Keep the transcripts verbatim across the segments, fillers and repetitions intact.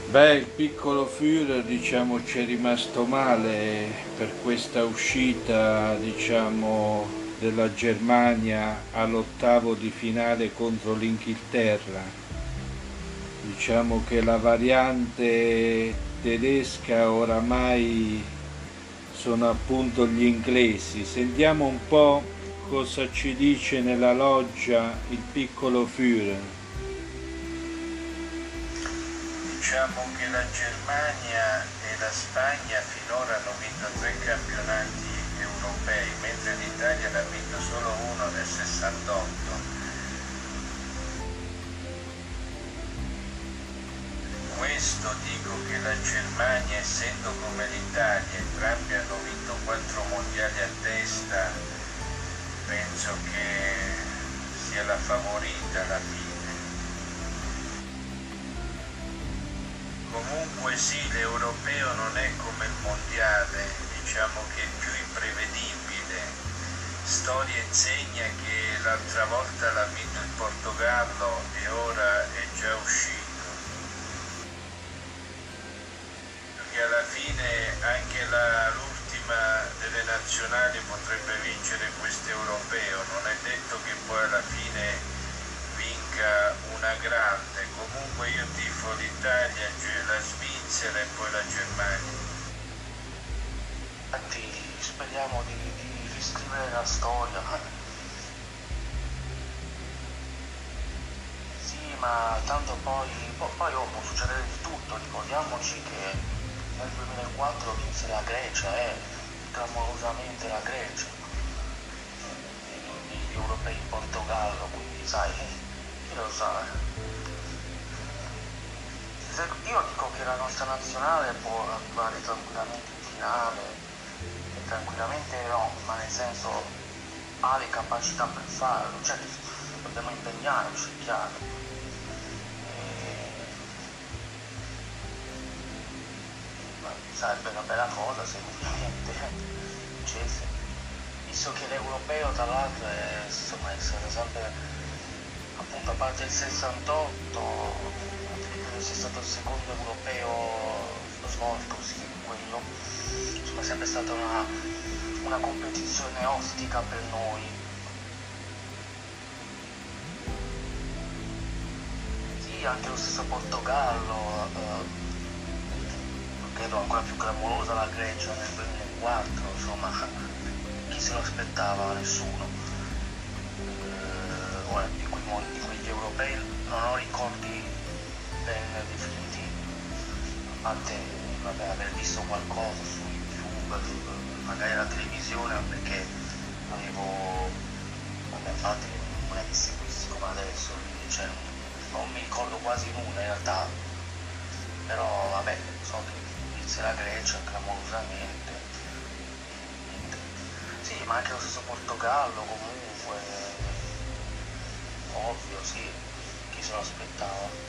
Beh, il piccolo Führer, diciamo, ci è rimasto male per questa uscita, diciamo, della Germania all'ottavo di finale contro l'Inghilterra. Diciamo che la variante tedesca oramai sono appunto gli inglesi. Sentiamo un po' cosa ci dice nella loggia il piccolo Führer. Diciamo che la Germania e la Spagna finora hanno vinto tre campionati europei, mentre l'Italia ne ha vinto solo uno nel sessantotto. Questo dico che la Germania, essendo come l'Italia, entrambi hanno vinto quattro mondiali a testa, penso che sia la favorita alla fine. Comunque sì, l'europeo non è come il mondiale, diciamo che è più imprevedibile. Storia insegna che l'altra volta l'ha vinto il Portogallo e ora è già uscito. Perché alla fine anche la, l'ultima delle nazionali potrebbe vincere questo europeo, non è detto che poi alla fine vinca una grande. Comunque io tifo l'Italia, la Svizzera e poi la Germania. Infatti speriamo di, di riscrivere la storia. Sì, ma tanto poi, poi oh, può succedere di tutto. Ricordiamoci che nel duemilaquattro vinse la Grecia, eh, clamorosamente la Grecia, gli europei in Portogallo, quindi sai, chi lo sa. Io dico che la nostra nazionale può arrivare tranquillamente in finale, e tranquillamente no, ma nel senso ha le capacità per farlo, cioè dobbiamo impegnarci, chiaro. E... ma sarebbe una bella cosa se ovviamente vincesse, visto che l'europeo tra l'altro è, insomma, è stato sempre, appunto, a parte il sessantotto, sia stato il secondo europeo svolto così, quello, insomma è sempre stata una, una competizione ostica per noi. Sì, anche lo stesso Portogallo, eh, credo ancora più clamorosa la Grecia nel duemilaquattro, insomma, chi se lo aspettava? Nessuno. Eh, ora, di, quei, di quegli europei non ho ricordi ben definitivo, a parte vabbè, aver visto qualcosa su YouTube, magari alla televisione, perché avevo, vabbè, a parte non è che seguissi come adesso, quindi cioè, non mi ricordo quasi nulla in realtà, però vabbè, so che inizia la Grecia clamorosamente, sì, ma anche lo stesso Portogallo comunque, ovvio, sì, chi se lo aspettava.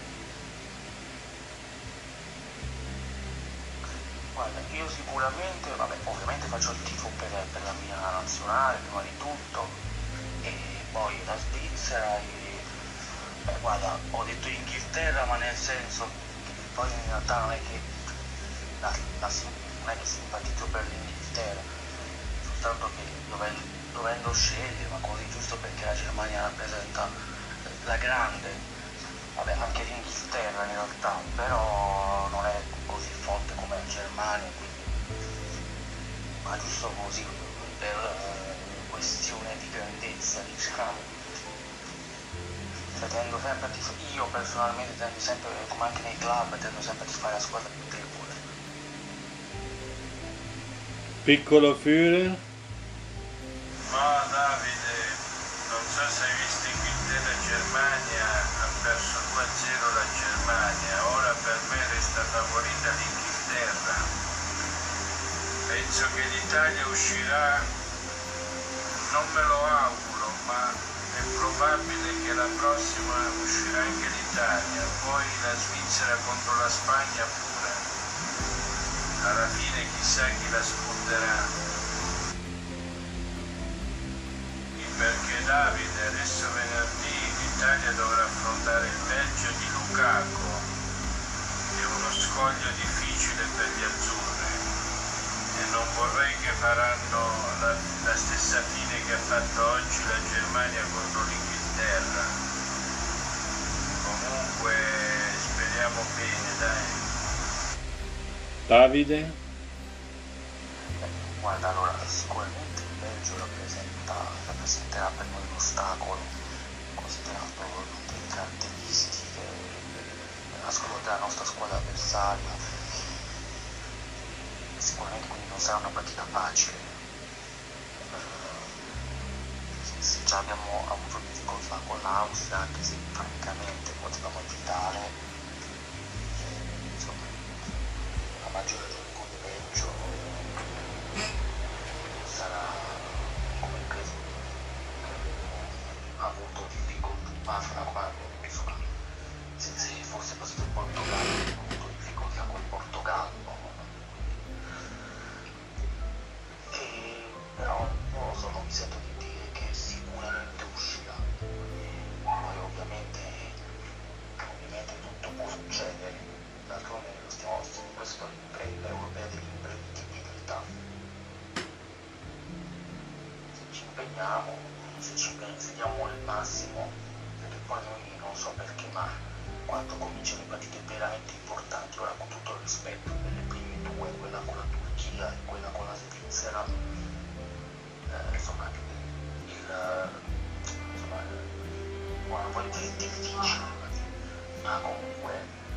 Guarda, io sicuramente, vabbè, ovviamente faccio il tifo per, per la mia nazionale prima di tutto, e poi la Svizzera, e, beh, guarda, ho detto Inghilterra, ma nel senso che poi in realtà non è che, la, la, non è che simpatizzo per l'Inghilterra, soltanto che dovendo, dovendo scegliere, ma così giusto perché la Germania rappresenta la grande, vabbè, anche l'Inghilterra in realtà, però non è così forte come la Germania, quindi, ma giusto così, per uh, questione di grandezza, diciamo. Cioè, tendo sempre a tifare, io personalmente tendo sempre, come anche nei club, tendo sempre a tifare la squadra più debole. Piccolo Führer? Ma Davide, non so se hai visto Inghilterra e Germania, ha perso due a zero la Germania, ora per me resta favorita l'Inghilterra. Penso che l'Italia uscirà, non me lo auguro, ma è probabile che la prossima uscirà anche l'Italia, poi la Svizzera contro la Spagna pure. Alla fine chissà chi la spunterà. Perché Davide, adesso venerdì l'Italia dovrà affrontare il Belgio di Lukaku e scoglio difficile per gli azzurri e non vorrei che faranno la, la stessa fine che ha fatto oggi la Germania contro l'Inghilterra. Comunque speriamo bene, dai. Davide? Guarda, allora sicuramente il Belgio rappresenta, rappresenterà per noi un ostacolo, considerando le caratteristiche, la squadra della nostra squadra avversaria. Sicuramente quindi non sarà una partita facile. Eh, se già abbiamo avuto difficoltà con l'Austria, anche se francamente potevamo evitare, eh, insomma, la maggior ragione con il Belgio sarà, come credo ha avuto difficoltà fino a quando, insomma, se, se fosse passato il Portogallo, ha avuto difficoltà col Portogallo. E, però non lo so, non mi sento di dire che sicuramente uscirà. Poi ovviamente, ovviamente tutto può succedere, d'altronde lo stiamo, questo è l'europea dell'imprevedibilità. Se ci impegniamo, se ci impegniamo, se diamo il massimo, perché poi noi non so perché, ma quando cominciano le partite veramente importanti, ora con tutto il rispetto delle prime due, quella con la Turchia e quella con la Svizzera, eh, insomma, il, insomma, ora non voglio dire difficile, ma comunque,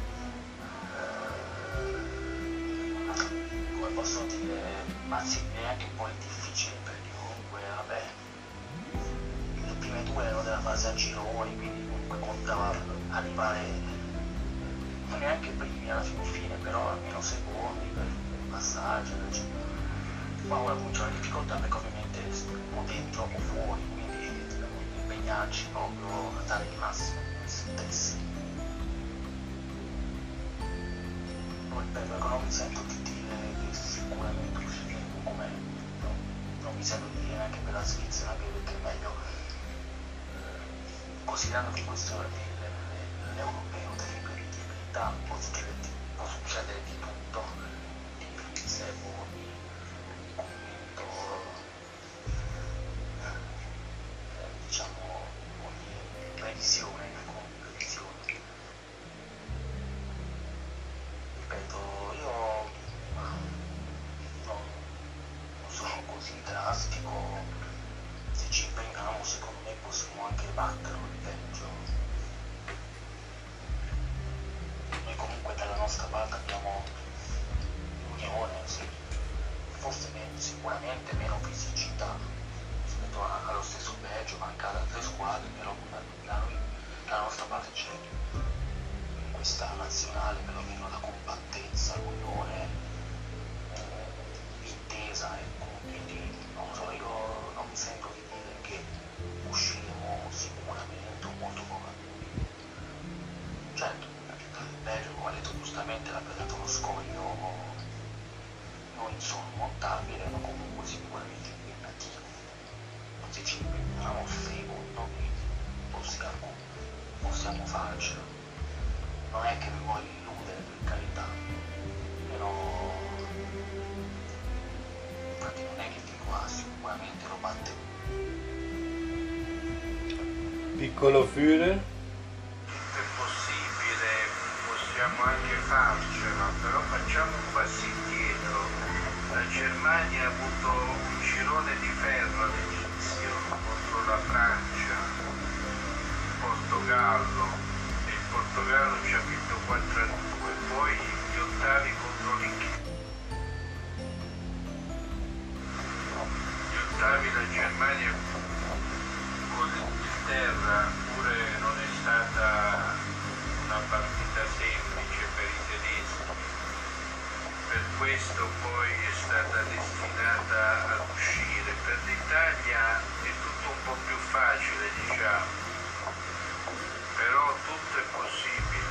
eh, come posso dire, ma sì, neanche un po' difficile, perché comunque, vabbè, le prime due erano della fase a gironi, quindi comunque contava arrivare non neanche primi alla fine, però almeno secondi per il passaggio, ma ora comincia la difficoltà perché ovviamente o dentro o fuori, quindi dobbiamo impegnarci proprio a dare il massimo di noi stessi. Poi ripeto, non mi sento di dire che sicuramente usciremo come no, non mi sento di dire neanche per la Svizzera, anche perché è meglio, eh, considerando che questo è l'europeo dell'imprevedibilità, può succedere, può succedere di tutto, e se ogni commento, eh, diciamo, ogni previsione, come previsione. Ripeto, io non, non sono così drastico, se ci impegniamo secondo me possiamo anche batterlo il Belgio. Noi comunque dalla nostra parte abbiamo l'unione, sì, forse meno, sicuramente meno fisicità rispetto a, allo stesso Belgio, ma anche ad altre squadre, però da noi, dalla nostra parte c'è questa nazionale, perlomeno la compattezza, l'unione, eh, intesa, ecco. Quindi non lo so, io non mi sento di dire che usciremo sicuramente o molto probabilmente. Certo, il Belgio, come ha detto giustamente, rappresenta uno scoglio non insormontabile, ma comunque sicuramente impegnativo. Se ci impegniamo, secondo me possiamo, possiamo farcela. Non è che mi voglio illudere, per carità, però infatti non è che dico ah, sicuramente lo batte. Piccolo Führer? È possibile, possiamo anche farcela, però facciamo un passo indietro. La Germania ha avuto un girone di ferro all'inizio contro la Francia, il Portogallo, e il Portogallo ci ha vinto quattro a due, poi gli ottavi contro l'Inghilterra. Gli ottavi la Germania con l'Inghilterra pure non è stata una partita semplice per i tedeschi, per questo poi è stata destinata ad uscire. Per l'Italia è tutto un po' più facile, diciamo, però tutto è possibile.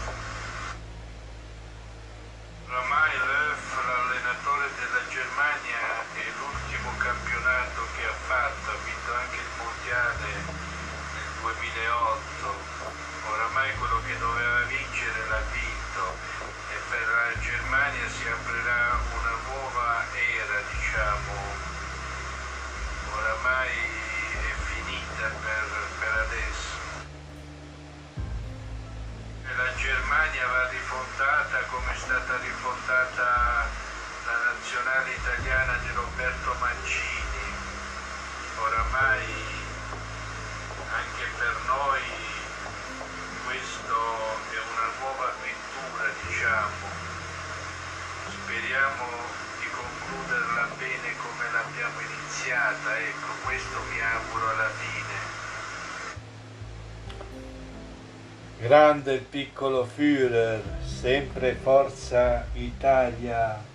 Oramai Löw, l'allenatore della Germania, è l'ultimo campionato che ha fatto, ha vinto anche il mondiale nel duemilaotto, oramai quello che doveva vincere l'ha vinto. finito e per la Germania si aprirà una nuova era, diciamo, oramai è finita per, per adesso. E la Germania va rifondata come è stata rifondata la nazionale italiana di Roberto Mancini. Oramai anche per noi questo è una nuova avventura, diciamo. Speriamo di concluderla bene come l'abbiamo iniziata, ecco, questo mi auguro alla fine. Grande il piccolo Führer, sempre Forza Italia.